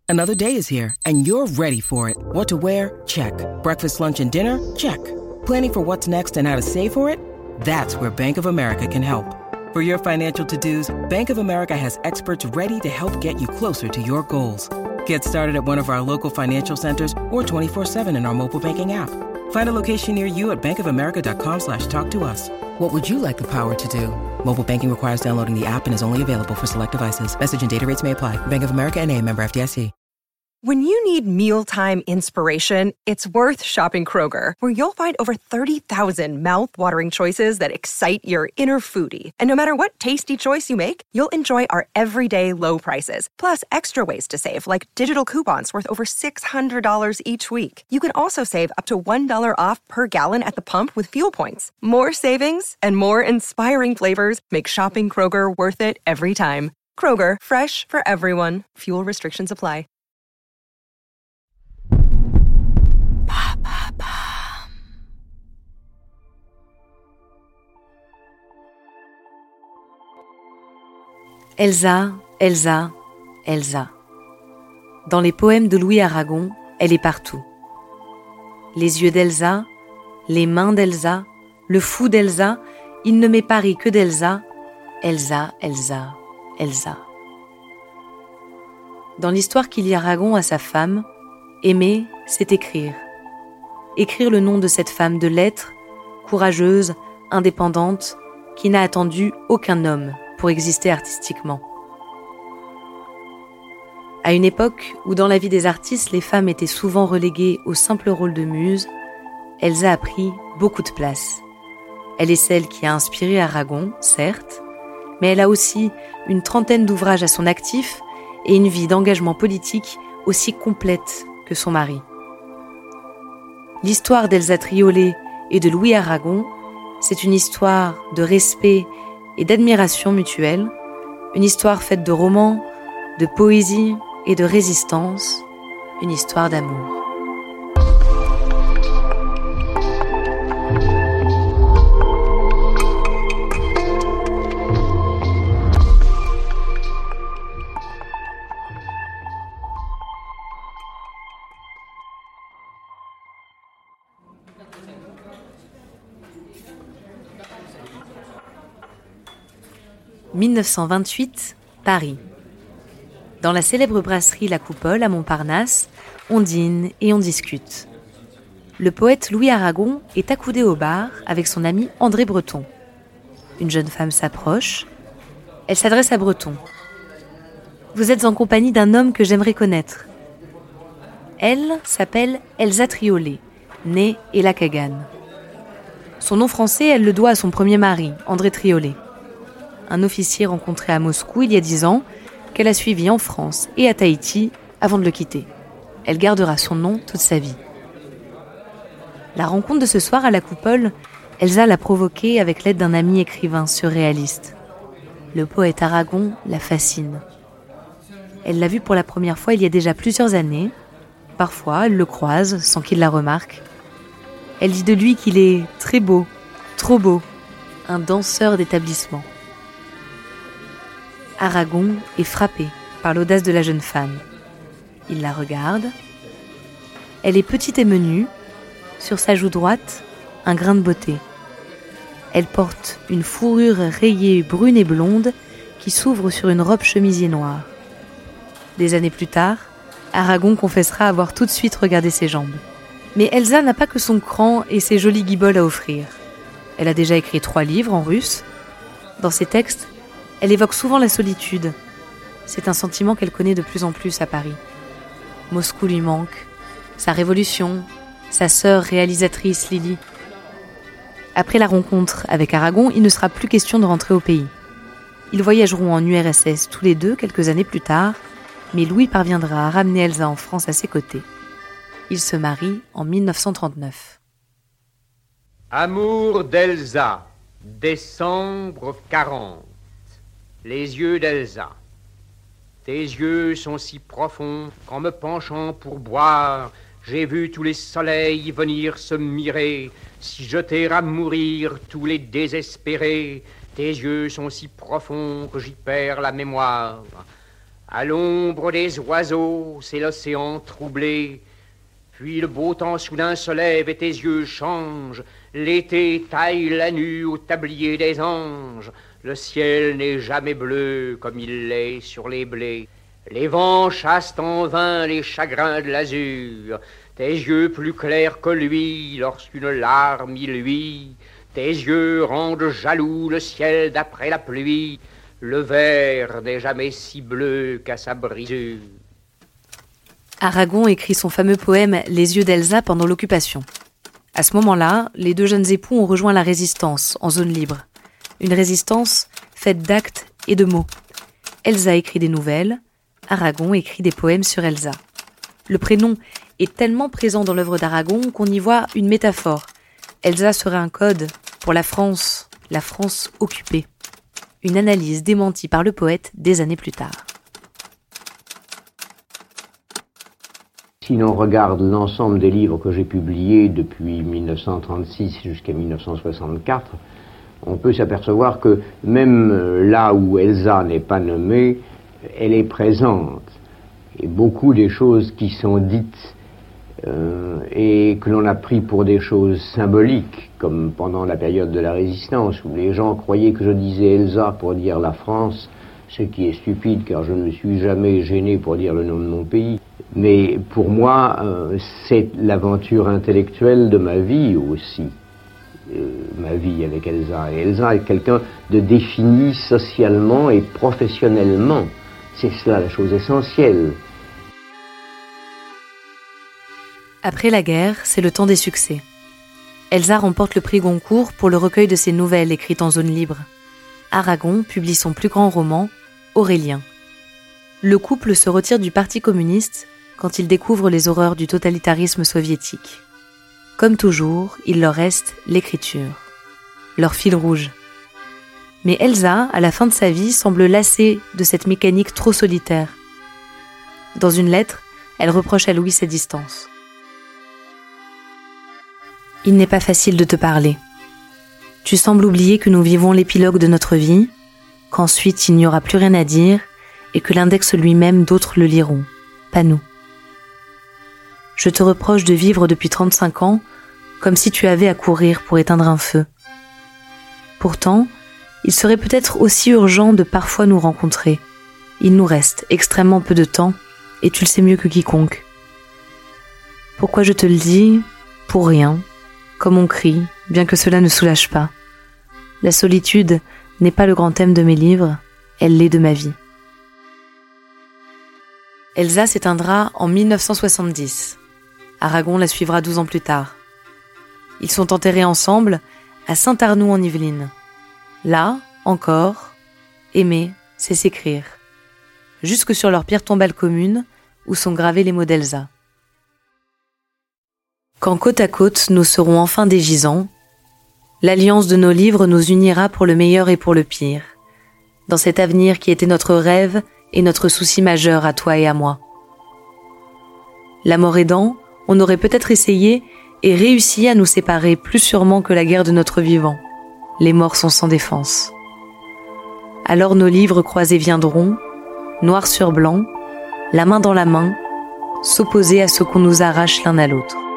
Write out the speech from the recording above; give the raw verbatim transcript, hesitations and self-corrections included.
Another day is here, and you're ready for it. What to wear? Check. Breakfast, lunch, and dinner? Check. Planning for what's next and how to save for it? That's where Bank of America can help. For your financial to-dos, Bank of America has experts ready to help get you closer to your goals. Get started at one of our local financial centers or twenty-four seven in our mobile banking app. Find a location near you at bankofamerica.com slash talk to us. What would you like the power to do? Mobile banking requires downloading the app and is only available for select devices. Message and data rates may apply. Bank of America N A, member F D I C. When you need mealtime inspiration, it's worth shopping Kroger, where you'll find over thirty thousand mouth-watering choices that excite your inner foodie. And no matter what tasty choice you make, you'll enjoy our everyday low prices, plus extra ways to save, like digital coupons worth over six hundred dollars each week. You can also save up to one dollar off per gallon at the pump with fuel points. More savings and more inspiring flavors make shopping Kroger worth it every time. Kroger, fresh for everyone. Fuel restrictions apply. Elsa, Elsa, Elsa. Dans les poèmes de Louis Aragon, elle est partout. Les yeux d'Elsa, les mains d'Elsa, le fou d'Elsa, il ne m'est pari que d'Elsa, Elsa, Elsa, Elsa. Dans l'histoire qu'il lie Aragon à sa femme, aimer, c'est écrire. Écrire le nom de cette femme de lettres, courageuse, indépendante, qui n'a attendu aucun homme pour exister artistiquement. À une époque où dans la vie des artistes, les femmes étaient souvent reléguées au simple rôle de muse, Elsa a pris beaucoup de place. Elle est celle qui a inspiré Aragon, certes, mais elle a aussi une trentaine d'ouvrages à son actif et une vie d'engagement politique aussi complète que son mari. L'histoire d'Elsa Triolet et de Louis Aragon, c'est une histoire de respect et d'admiration mutuelle, une histoire faite de romans, de poésie et de résistance, une histoire d'amour. mille neuf cent vingt-huit, Paris. Dans la célèbre brasserie La Coupole à Montparnasse, on dîne et on discute. Le poète Louis Aragon est accoudé au bar avec son ami André Breton. Une jeune femme s'approche. Elle s'adresse à Breton. « Vous êtes en compagnie d'un homme que j'aimerais connaître. » Elle s'appelle Elsa Triolet, née Ella Kagan. Son nom français, elle le doit à son premier mari, André Triolet. Un officier rencontré à Moscou il y a dix ans, qu'elle a suivi en France et à Tahiti avant de le quitter. Elle gardera son nom toute sa vie. La rencontre de ce soir à la Coupole, Elsa l'a provoquée avec l'aide d'un ami écrivain surréaliste. Le poète Aragon la fascine. Elle l'a vu pour la première fois il y a déjà plusieurs années. Parfois, elle le croise sans qu'il la remarque. Elle dit de lui qu'il est très beau, trop beau, un danseur d'établissement. Aragon est frappé par l'audace de la jeune femme. Il la regarde. Elle est petite et menue. Sur sa joue droite, un grain de beauté. Elle porte une fourrure rayée brune et blonde qui s'ouvre sur une robe chemisier noire. Des années plus tard, Aragon confessera avoir tout de suite regardé ses jambes. Mais Elsa n'a pas que son cran et ses jolies guiboles à offrir. Elle a déjà écrit trois livres en russe. Dans ses textes, elle évoque souvent la solitude. C'est un sentiment qu'elle connaît de plus en plus à Paris. Moscou lui manque, sa révolution, sa sœur réalisatrice Lily. Après la rencontre avec Aragon, il ne sera plus question de rentrer au pays. Ils voyageront en U R S S tous les deux quelques années plus tard, mais Louis parviendra à ramener Elsa en France à ses côtés. Ils se marient en mille neuf cent trente-neuf. Amour d'Elsa, décembre quarante. Les yeux d'Elsa. Tes yeux sont si profonds qu'en me penchant pour boire, j'ai vu tous les soleils venir se mirer, si jeter à mourir tous les désespérés. Tes yeux sont si profonds que j'y perds la mémoire. À l'ombre des oiseaux, c'est l'océan troublé. Puis le beau temps soudain se lève et tes yeux changent. L'été taille la nue au tablier des anges. Le ciel n'est jamais bleu comme il l'est sur les blés. Les vents chassent en vain les chagrins de l'azur. Tes yeux plus clairs que lui lorsqu'une larme y luit. Tes yeux rendent jaloux le ciel d'après la pluie. Le verre n'est jamais si bleu qu'à sa brisure. Aragon écrit son fameux poème « Les yeux d'Elsa » pendant l'occupation. À ce moment-là, les deux jeunes époux ont rejoint la résistance, en zone libre. Une résistance faite d'actes et de mots. Elsa écrit des nouvelles, Aragon écrit des poèmes sur Elsa. Le prénom est tellement présent dans l'œuvre d'Aragon qu'on y voit une métaphore. Elsa serait un code pour la France, la France occupée. Une analyse démentie par le poète des années plus tard. Si l'on regarde l'ensemble des livres que j'ai publiés depuis mille neuf cent trente-six jusqu'à mille neuf cent soixante-quatre, on peut s'apercevoir que même là où Elsa n'est pas nommée, elle est présente. Et beaucoup des choses qui sont dites euh, et que l'on a pris pour des choses symboliques, comme pendant la période de la Résistance, où les gens croyaient que je disais Elsa pour dire la France, ce qui est stupide car je ne me suis jamais gêné pour dire le nom de mon pays. Mais pour moi, euh, c'est l'aventure intellectuelle de ma vie aussi, euh, ma vie avec Elsa. Et Elsa est quelqu'un de défini socialement et professionnellement. C'est cela la chose essentielle. Après la guerre, c'est le temps des succès. Elsa remporte le prix Goncourt pour le recueil de ses nouvelles écrites en zone libre. Aragon publie son plus grand roman, Aurélien. Le couple se retire du Parti communiste quand il découvre les horreurs du totalitarisme soviétique. Comme toujours, il leur reste l'écriture, leur fil rouge. Mais Elsa, à la fin de sa vie, semble lassée de cette mécanique trop solitaire. Dans une lettre, elle reproche à Louis ses distances. « Il n'est pas facile de te parler. Tu sembles oublier que nous vivons l'épilogue de notre vie, qu'ensuite il n'y aura plus rien à dire et que l'index lui-même d'autres le liront, pas nous. Je te reproche de vivre depuis trente-cinq ans comme si tu avais à courir pour éteindre un feu. Pourtant, il serait peut-être aussi urgent de parfois nous rencontrer. Il nous reste extrêmement peu de temps et tu le sais mieux que quiconque. Pourquoi je te le dis ? Pour rien, comme on crie, bien que cela ne soulage pas. La solitude n'est pas le grand thème de mes livres, elle l'est de ma vie. » Elsa s'éteindra en mille neuf cent soixante-dix. Aragon la suivra douze ans plus tard. Ils sont enterrés ensemble à Saint-Arnoux en Yvelines. Là, encore, aimer, c'est s'écrire. Jusque sur leur pierre tombale commune, où sont gravés les mots d'Elsa. Quand côte à côte nous serons enfin des gisants, l'alliance de nos livres nous unira pour le meilleur et pour le pire, dans cet avenir qui était notre rêve et notre souci majeur à toi et à moi. La mort aidant, on aurait peut-être essayé et réussi à nous séparer plus sûrement que la guerre de notre vivant. Les morts sont sans défense. Alors nos livres croisés viendront, noir sur blanc, la main dans la main, s'opposer à ce qu'on nous arrache l'un à l'autre.